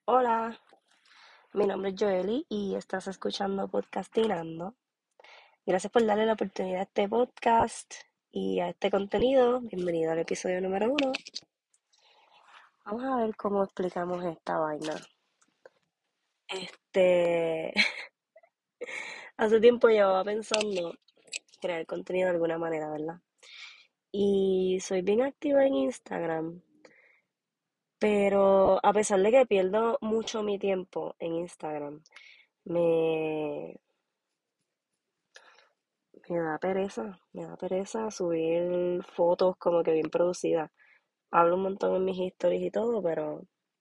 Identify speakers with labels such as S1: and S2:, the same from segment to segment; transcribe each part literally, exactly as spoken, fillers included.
S1: Hola, mi nombre es Joely y estás escuchando Podcastinando. Gracias por darle la oportunidad a este podcast y a este contenido. Bienvenido al episodio número uno. Vamos a ver cómo explicamos esta vaina. Este, hace tiempo llevaba pensando crear contenido de alguna manera, ¿verdad? Y soy bien activa en Instagram, pero a pesar de que pierdo mucho mi tiempo en Instagram, me, Me da pereza, me da pereza subir fotos como que bien producidas. Hablo un montón en mis historias y todo, pero,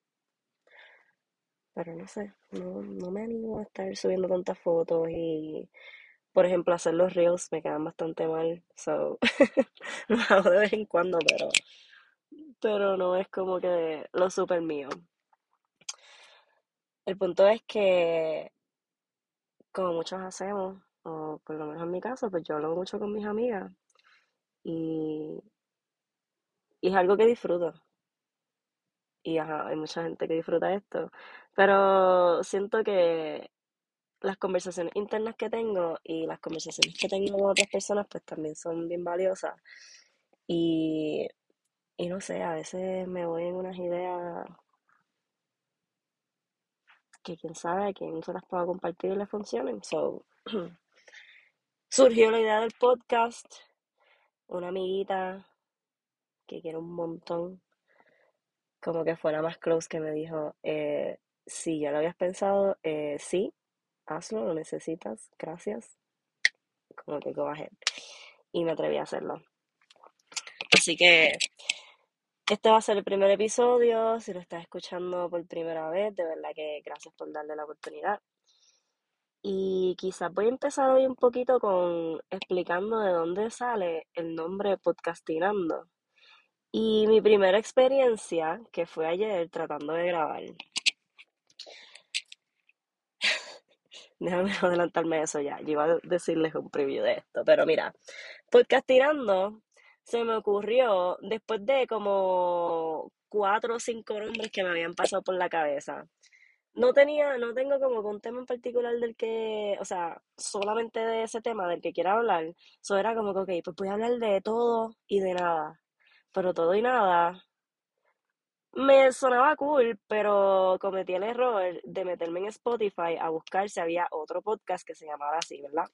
S1: pero no sé, no, no me animo a estar subiendo tantas fotos y, por ejemplo, hacer los reels me quedan bastante mal. So, lo hago de vez en cuando, pero, pero no es como que lo super mío. El punto es que, como muchos hacemos, o por lo menos en mi caso, pues yo hablo mucho con mis amigas y, y es algo que disfruto. Y ajá, hay mucha gente que disfruta esto. Pero siento que las conversaciones internas que tengo y las conversaciones que tengo con otras personas, pues también son bien valiosas. Y, y no sé, a veces me voy en unas ideas que quién sabe, a quién se las pueda compartir y les funcionen. So, surgió la idea del podcast, una amiguita que quiero un montón, como que fue la más close que me dijo, eh, si ya lo habías pensado, eh, sí, hazlo, lo necesitas, gracias, como que go ahead. Y me atreví a hacerlo. Así que este va a ser el primer episodio. Si lo estás escuchando por primera vez, de verdad que gracias por darle la oportunidad. Y quizás voy a empezar hoy un poquito con explicando de dónde sale el nombre Podcastinando. Y mi primera experiencia, que fue ayer tratando de grabar. Déjame adelantarme eso ya. Yo iba a decirles un preview de esto, pero mira, Podcastinando se me ocurrió después de como cuatro o cinco nombres que me habían pasado por la cabeza. No tenía, no tengo como que un tema en particular del que, o sea, solamente de ese tema del que quiera hablar. Eso era como que, ok, pues voy a hablar de todo y de nada. Pero todo y nada me sonaba cool, pero cometí el error de meterme en Spotify a buscar si había otro podcast que se llamara así, ¿verdad?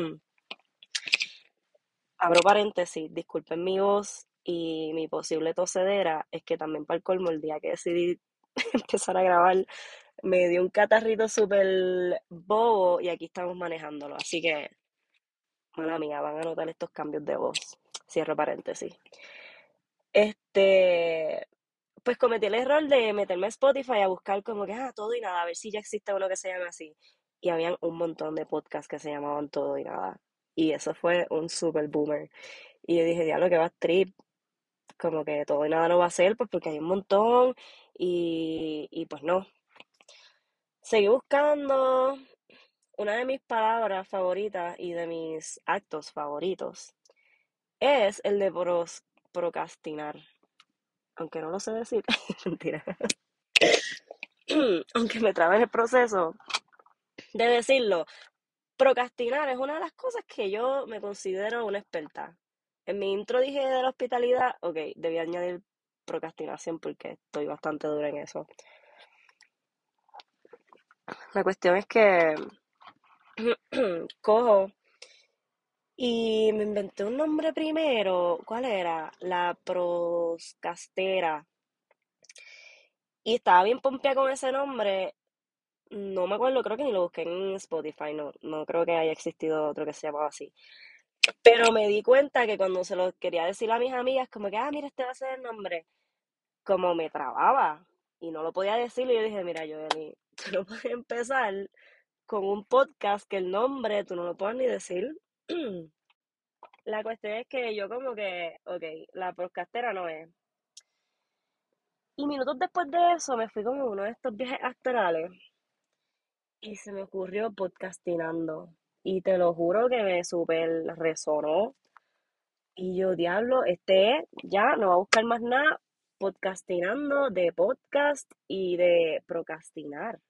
S1: Abro paréntesis, disculpen mi voz y mi posible tosedera, es que también para el colmo el día que decidí empezar a grabar me dio un catarrito súper bobo y aquí estamos manejándolo, así que, mala mía, van a notar estos cambios de voz. Cierro paréntesis. Este, pues cometí el error de meterme a Spotify a buscar como que, ah, todo y nada, a ver si ya existe uno que se llame así. Y habían un montón de podcasts que se llamaban todo y nada. Y eso fue un super boomer. Y yo dije, diablo, que va trip, como que todo y nada no va a ser, pues porque hay un montón. Y, y pues no. Seguí buscando. Una de mis palabras favoritas y de mis actos favoritos es el de pros- procrastinar. Aunque no lo sé decir. Mentira. Aunque me trabe en el proceso de decirlo, procrastinar es una de las cosas que yo me considero una experta. En mi intro dije de la hospitalidad, ok, debí añadir procrastinación porque estoy bastante dura en eso. La cuestión es que cojo y me inventé un nombre primero. ¿Cuál era? La proscastera. Y estaba bien pompeada con ese nombre. No me acuerdo, creo que ni lo busqué en Spotify, no, no creo que haya existido otro que se llamaba así. Pero me di cuenta que cuando se lo quería decir a mis amigas, como que, ah, mira, este va a ser el nombre, como me trababa y no lo podía decir, y yo dije, mira, Joely, tú no puedes empezar con un podcast que el nombre tú no lo puedes ni decir. La cuestión es que yo como que, ok, la podcastera no es. Y minutos después de eso me fui como uno de estos viajes astrales y se me ocurrió podcastinando. Y te lo juro que me súper resonó. Y yo, diablo, este es, ya, no va a buscar más nada. podcastinando de podcast y de procrastinar.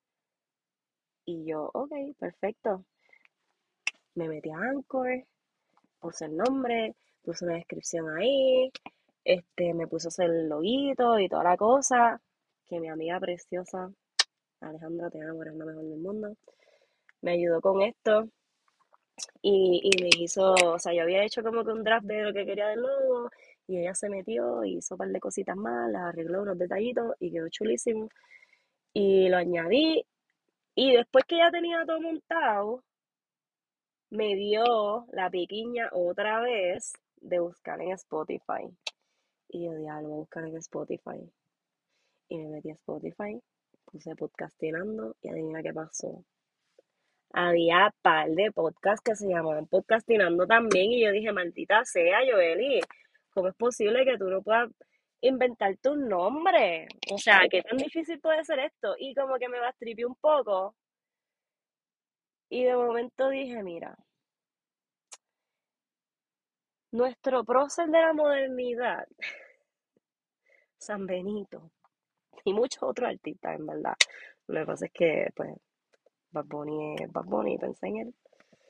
S1: Y yo, ok, perfecto. Me metí a Anchor, puse el nombre, puse una descripción ahí, este, me puse a hacer el loguito y toda la cosa, que mi amiga preciosa, Alejandra, te amo, eres la mejor del mundo, me ayudó con esto y, y me hizo, o sea, yo había hecho como que un draft de lo que quería del logo y ella se metió y hizo un par de cositas más, las arregló unos detallitos y quedó chulísimo y lo añadí y después que ya tenía todo montado, me dio la piquiña otra vez de buscar en Spotify. Y yo, diablo, voy a buscar en Spotify. Y me metí a Spotify, puse podcastinando y adivina qué pasó. Había par de podcasts que se llamaban podcastinando también y yo dije, maldita sea, Joeli, ¿cómo es posible que tú no puedas inventar tu nombre? O sea, ¿qué tan difícil puede ser esto? Y como que me bastripié un poco y de momento dije, mira, nuestro prócer de la modernidad, San Benito, y muchos otros artistas, en verdad. Lo que pasa es que, pues, Bad Bunny es Bad Bunny, pensé en él.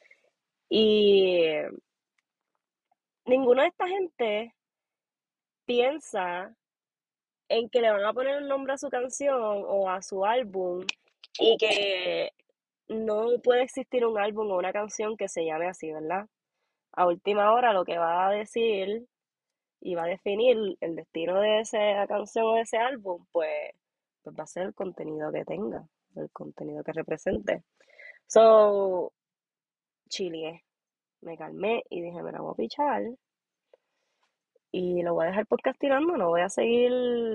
S1: Y ninguna de esta gente piensa en que le van a poner un nombre a su canción o a su álbum y que no puede existir un álbum o una canción que se llame así, ¿verdad? A última hora lo que va a decir y va a definir el destino de esa canción o de ese álbum, pues, pues va a ser el contenido que tenga, el contenido que represente. So, chile, me calmé y dije, me la voy a pichar y lo voy a dejar podcastinando, no voy a seguir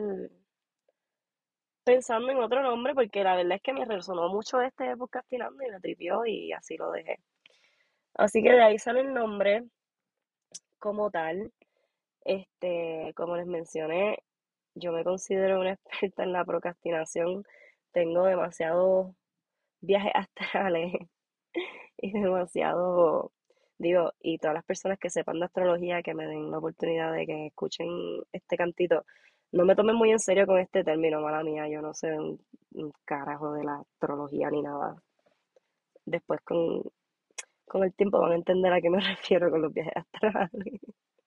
S1: pensando en otro nombre porque la verdad es que me resonó mucho este de podcastinando y me tripió y así lo dejé. Así que de ahí sale el nombre como tal. Este, como les mencioné, yo me considero una experta en la procrastinación. Tengo demasiados viajes astrales y demasiado, digo, y todas las personas que sepan de astrología, que me den la oportunidad de que escuchen este cantito, no me tomen muy en serio con este término, mala mía, yo no sé un, un carajo de la astrología ni nada. Después con, con el tiempo van a entender a qué me refiero con los viajes astrales.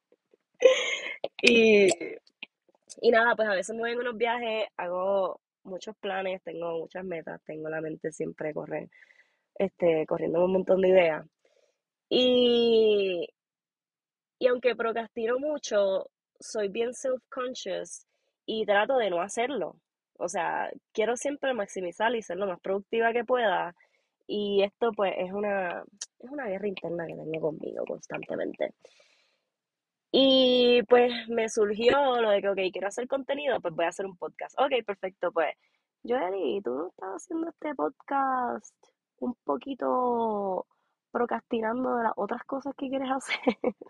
S1: Y, y nada, pues a veces me voy en unos viajes, hago muchos planes, tengo muchas metas, tengo la mente siempre corre, este, corriendo un montón de ideas. Y, y aunque procrastino mucho, soy bien self-conscious y trato de no hacerlo. O sea, quiero siempre maximizar y ser lo más productiva que pueda. Y esto pues es una, es una guerra interna que tengo conmigo constantemente. Y pues me surgió lo de que, ok, quiero hacer contenido, pues voy a hacer un podcast. Ok, perfecto, pues. Joely, ¿tú no estás haciendo este podcast un poquito procrastinando de las otras cosas que quieres hacer?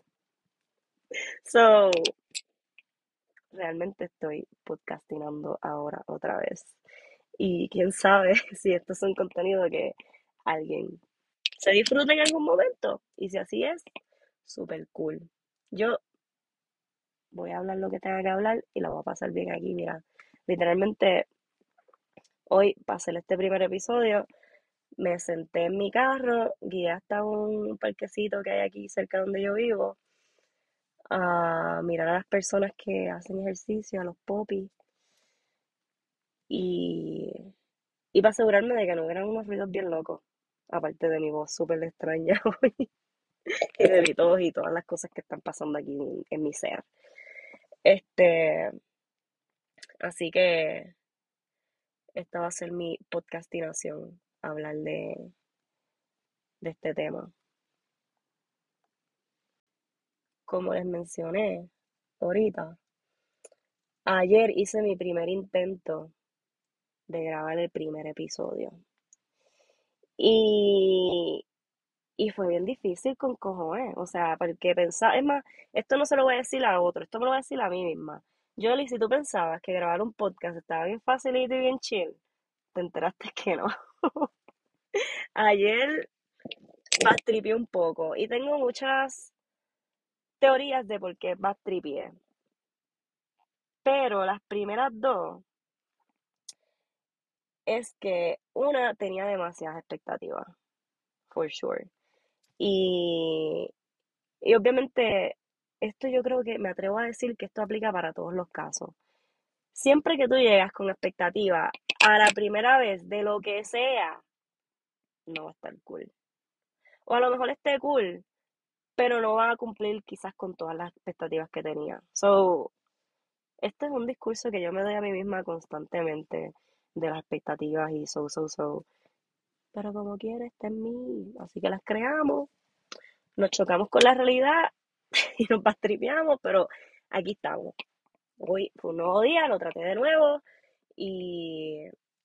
S1: So, realmente estoy podcastinando ahora otra vez. Y quién sabe si estos son contenidos que alguien se disfruta en algún momento. Y si así es, súper cool. Yo voy a hablar lo que tenga que hablar y la voy a pasar bien aquí. Mira, literalmente hoy para hacer este primer episodio me senté en mi carro, guié hasta un parquecito que hay aquí cerca donde yo vivo a mirar a las personas que hacen ejercicio, a los popis y, y para asegurarme de que no hubieran unos ruidos bien locos, aparte de mi voz súper extraña hoy y de mi tos y todas las cosas que están pasando aquí en, en mi ser. Este, así que esta va a ser mi podcastinación, hablar de, de este tema. Como les mencioné ahorita, ayer hice mi primer intento de grabar el primer episodio. Y, y fue bien difícil con cojones. O sea, porque pensaba, es más, esto no se lo voy a decir a otro, esto me lo voy a decir a mí misma. Yoli, si tú pensabas que grabar un podcast estaba bien facilito y bien chill, te enteraste que no. Ayer bastripié un poco y tengo muchas teorías de por qué bastripié. Pero las primeras dos es que una tenía demasiadas expectativas, for sure. Y, y obviamente, esto yo creo que me atrevo a decir que esto aplica para todos los casos. Siempre que tú llegas con expectativa a la primera vez de lo que sea, no va a estar cool. O a lo mejor esté cool, pero no va a cumplir quizás con todas las expectativas que tenía. So, este es un discurso que yo me doy a mí misma constantemente de las expectativas y so, so, so. Pero como quiera, está en mí. Así que las creamos, nos chocamos con la realidad y nos bastripeamos, pero aquí estamos. Hoy fue un nuevo día, lo traté de nuevo y,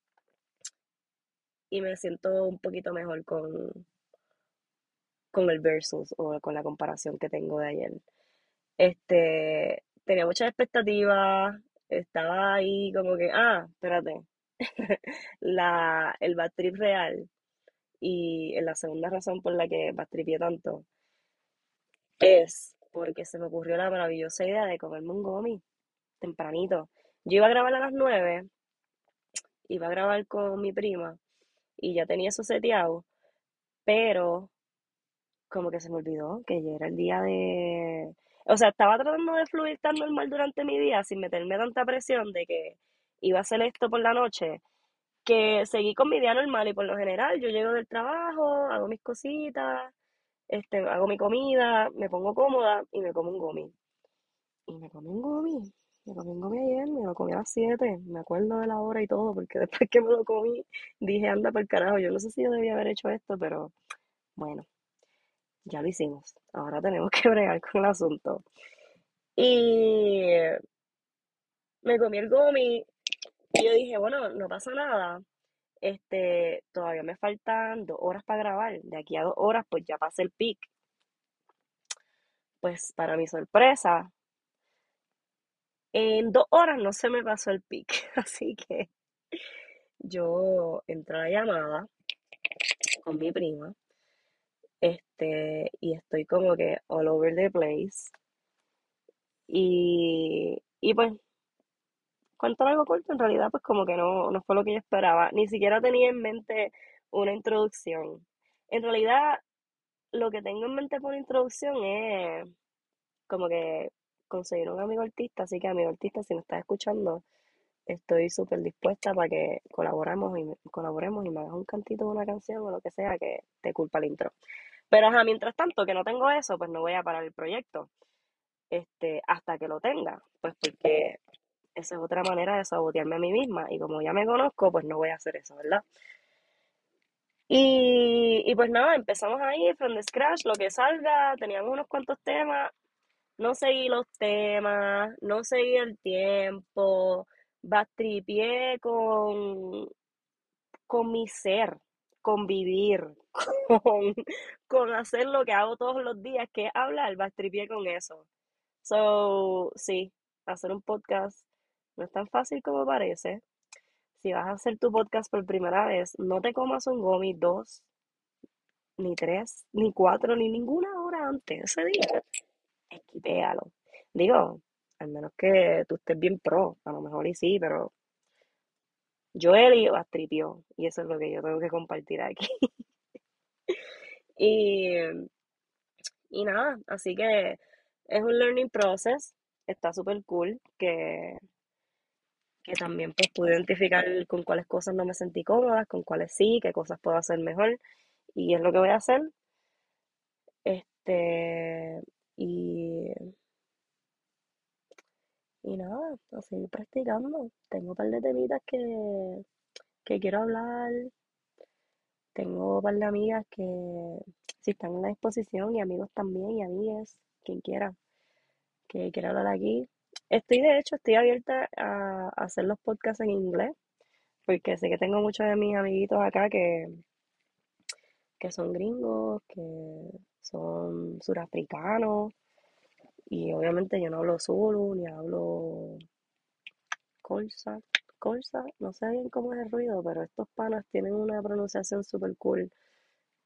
S1: y me siento un poquito mejor con, con el versus o con la comparación que tengo de ayer. Este, tenía muchas expectativas, estaba ahí como que, ah, espérate, la, el bad trip real y la segunda razón por la que bad tripié tanto es porque se me ocurrió la maravillosa idea de comerme un gomi tempranito. Yo iba a grabar a las nueve, iba a grabar con mi prima y ya tenía eso seteado, pero como que se me olvidó que ya era el día de... O sea, estaba tratando de fluir tan normal durante mi día sin meterme tanta presión de que iba a hacer esto por la noche, que seguí con mi día normal y por lo general yo llego del trabajo, hago mis cositas, este, hago mi comida, me pongo cómoda y me como un gomi. Y me comí un gomi, me comí un gomi ayer, me lo comí a las siete, me acuerdo de la hora y todo, porque después que me lo comí dije, anda por el carajo, yo no sé si yo debía haber hecho esto, pero bueno, ya lo hicimos. Ahora tenemos que bregar con el asunto. Y me comí el gomi y yo dije, bueno, no pasa nada. Este, todavía me faltan dos horas para grabar. De aquí a dos horas, pues ya pasé el pic. Pues para mi sorpresa, en dos horas no se me pasó el pic. Así que yo entré a la llamada con mi prima. Este, y estoy como que all over the place. Y, y pues cuento algo corto, en realidad pues como que no, no fue lo que yo esperaba. Ni siquiera tenía en mente una introducción. En realidad lo que tengo en mente por introducción es como que conseguir un amigo artista, así que amigo artista, si me estás escuchando, estoy súper dispuesta para que colaboremos y, me- colaboremos y me hagas un cantito de una canción o lo que sea que te culpa el intro. Pero ajá, mientras tanto que no tengo eso, pues no voy a parar el proyecto, este, hasta que lo tenga, pues porque esa es otra manera de sabotearme a mí misma. Y como ya me conozco, pues no voy a hacer eso, ¿verdad? Y, y pues nada, empezamos ahí, from the scratch, lo que salga. Teníamos unos cuantos temas. No seguí los temas, no seguí el tiempo. Bastripié con, con mi ser, con vivir, con, con hacer lo que hago todos los días, que es hablar. Bastripié con eso. So, sí, hacer un podcast no es tan fácil como parece. Si vas a hacer tu podcast por primera vez, no te comas un gomi dos, ni tres, ni cuatro, ni ninguna hora antes. Ese día, esquipéalo. Digo, al menos que tú estés bien pro, a lo mejor y sí, pero yo Eli tripió y eso es lo que yo tengo que compartir aquí. Y, y nada, así que es un learning process, está súper cool que, que también pues pude identificar con cuáles cosas no me sentí cómoda, con cuáles sí, qué cosas puedo hacer mejor. Y es lo que voy a hacer. Este, y, y nada, a seguir practicando. Tengo un par de temitas que, que quiero hablar. Tengo un par de amigas que si están en la disposición y amigos también y amigas, quien quiera, que quiera hablar aquí. Estoy de hecho, estoy abierta a, a hacer los podcasts en inglés, porque sé que tengo muchos de mis amiguitos acá que, que son gringos, que son surafricanos, y obviamente yo no hablo Zulu, ni hablo Corsa, Corsa, no sé bien cómo es el ruido, pero estos panas tienen una pronunciación súper cool.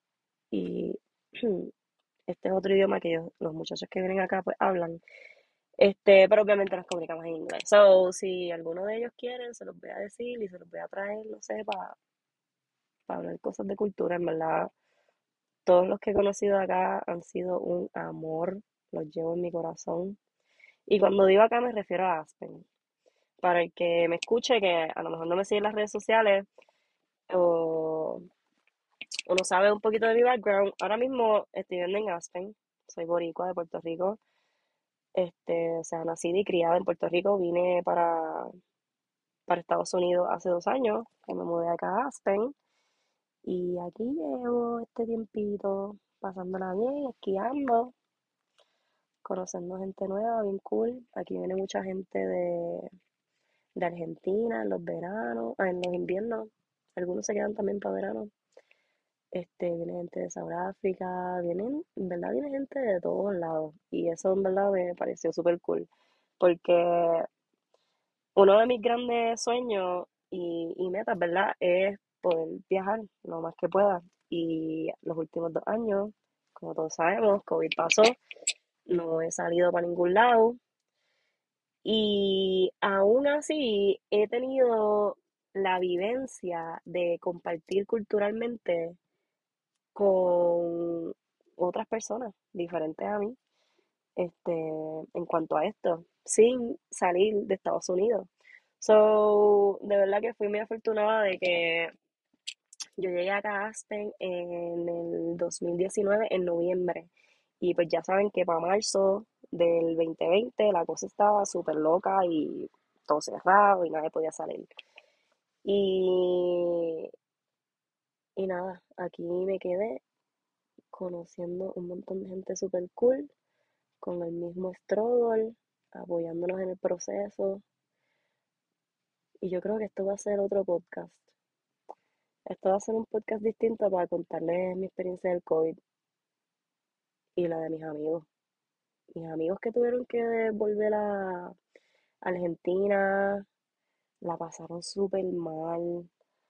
S1: Y este es otro idioma que ellos- los muchachos que vienen acá pues hablan. Este, pero obviamente nos comunicamos en inglés. So, si alguno de ellos quieren, se los voy a decir y se los voy a traer, no sé, para hablar cosas de cultura. En verdad, todos los que he conocido acá han sido un amor, los llevo en mi corazón. Y cuando digo acá me refiero a Aspen. Para el que me escuche, que a lo mejor no me sigue en las redes sociales o, o no sabe un poquito de mi background, ahora mismo estoy viviendo en Aspen. Soy boricua de Puerto Rico. Este, o sea, nacida y criada en Puerto Rico. Vine para, para Estados Unidos hace dos años, que me mudé acá a Aspen. Y aquí llevo este tiempito pasándola bien, esquiando, conociendo gente nueva, bien cool. Aquí viene mucha gente de, de Argentina en los veranos, ah, en los inviernos. Algunos se quedan también para verano. Este, viene gente de South África, vienen, en verdad viene gente de todos lados. Y eso en verdad me pareció súper cool. Porque uno de mis grandes sueños y, y metas, ¿verdad? Es poder viajar lo más que pueda. Y los últimos dos años, como todos sabemos, COVID pasó, no he salido para ningún lado. Y aún así he tenido la vivencia de compartir culturalmente con otras personas diferentes a mí, este, en cuanto a esto, sin salir de Estados Unidos. So, de verdad que fui muy afortunada de que yo llegué acá a Aspen en el dos mil diecinueve, en noviembre. Y pues ya saben que para marzo del dos mil veinte la cosa estaba súper loca y todo cerrado y nadie podía salir. Y, y nada, aquí me quedé conociendo un montón de gente súper cool, con el mismo struggle, apoyándonos en el proceso. Y yo creo que esto va a ser otro podcast. Esto va a ser un podcast distinto para contarles mi experiencia del COVID y la de mis amigos. Mis amigos que tuvieron que volver a Argentina, la pasaron súper mal.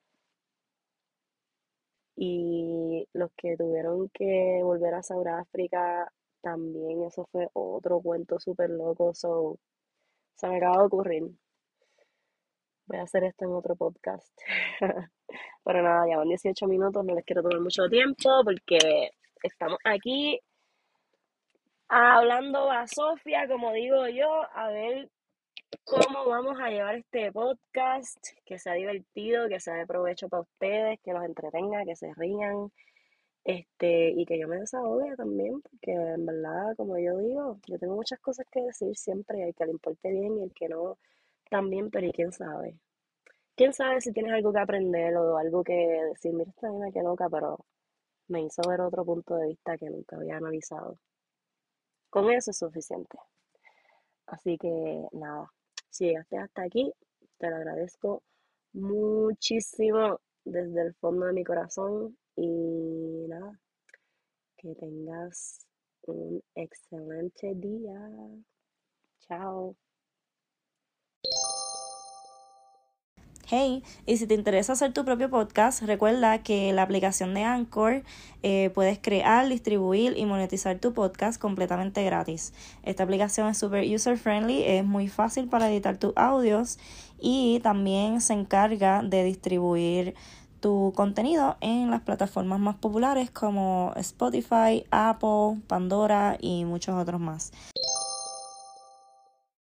S1: Y los que tuvieron que volver a Sudáfrica, también eso fue otro cuento súper loco. So, se me acaba de ocurrir. Voy a hacer esto en otro podcast. Pero nada, ya van dieciocho minutos, no les quiero tomar mucho tiempo porque estamos aquí hablando a Sofía, como digo yo, a ver cómo vamos a llevar este podcast, que sea divertido, que sea de provecho para ustedes, que los entretenga, que se rían, este, y que yo me desahogue también, porque en verdad, como yo digo, yo tengo muchas cosas que decir siempre, y el que le importe bien y el que no también, pero ¿y quién sabe? ¿Quién sabe si tienes algo que aprender o algo que decir? Mira, esta nena que loca, pero me hizo ver otro punto de vista que nunca había analizado. Con eso es suficiente. Así que nada, si llegaste hasta aquí, te lo agradezco muchísimo desde el fondo de mi corazón y nada, que tengas un excelente día. Chao.
S2: Hey, y si te interesa hacer tu propio podcast, recuerda que la aplicación de Anchor eh, puedes crear, distribuir y monetizar tu podcast completamente gratis. Esta aplicación es súper user friendly, es muy fácil para editar tus audios y también se encarga de distribuir tu contenido en las plataformas más populares como Spotify, Apple, Pandora y muchos otros más.